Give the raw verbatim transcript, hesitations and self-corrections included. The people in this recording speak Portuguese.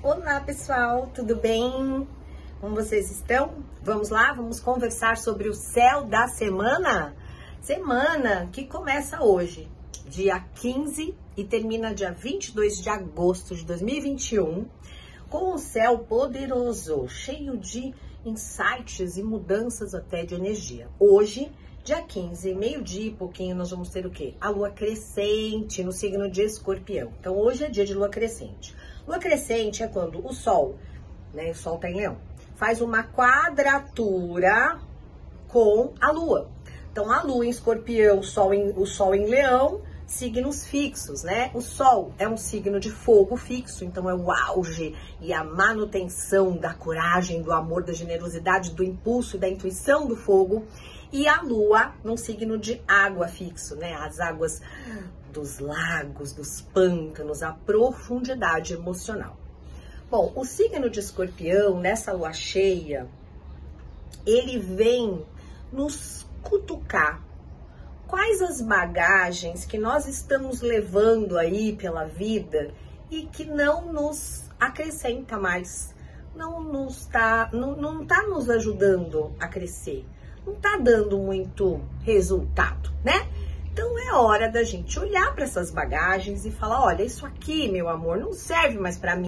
Olá pessoal, tudo bem? Como vocês estão? Vamos lá, vamos conversar sobre o céu da semana? Semana que começa hoje, dia quinze e termina dia vinte e dois de agosto de dois mil e vinte e um, com o céu poderoso, cheio de insights e mudanças até de energia. Hoje, dia quinze, meio-dia e pouquinho, nós vamos ter o quê? A lua crescente no signo de Escorpião. Então, hoje é dia de lua crescente. Lua crescente é quando o Sol, né, o Sol tá em Leão, faz uma quadratura com a Lua. Então, a Lua em Escorpião, o Sol em, o Sol em Leão, signos fixos, né? O Sol é um signo de fogo fixo, então é o auge e a manutenção da coragem, do amor, da generosidade, do impulso, da intuição do fogo. E a Lua num signo de água fixo, né? As águas dos lagos, dos pântanos, a profundidade emocional. Bom, o signo de Escorpião, nessa lua cheia, ele vem nos cutucar. Quais as bagagens que nós estamos levando aí pela vida e que não nos acrescenta mais, não nos tá, não, não tá nos ajudando a crescer, não tá dando muito resultado, né? Então é hora da gente olhar para essas bagagens e falar, olha, isso aqui, meu amor, não serve mais para mim.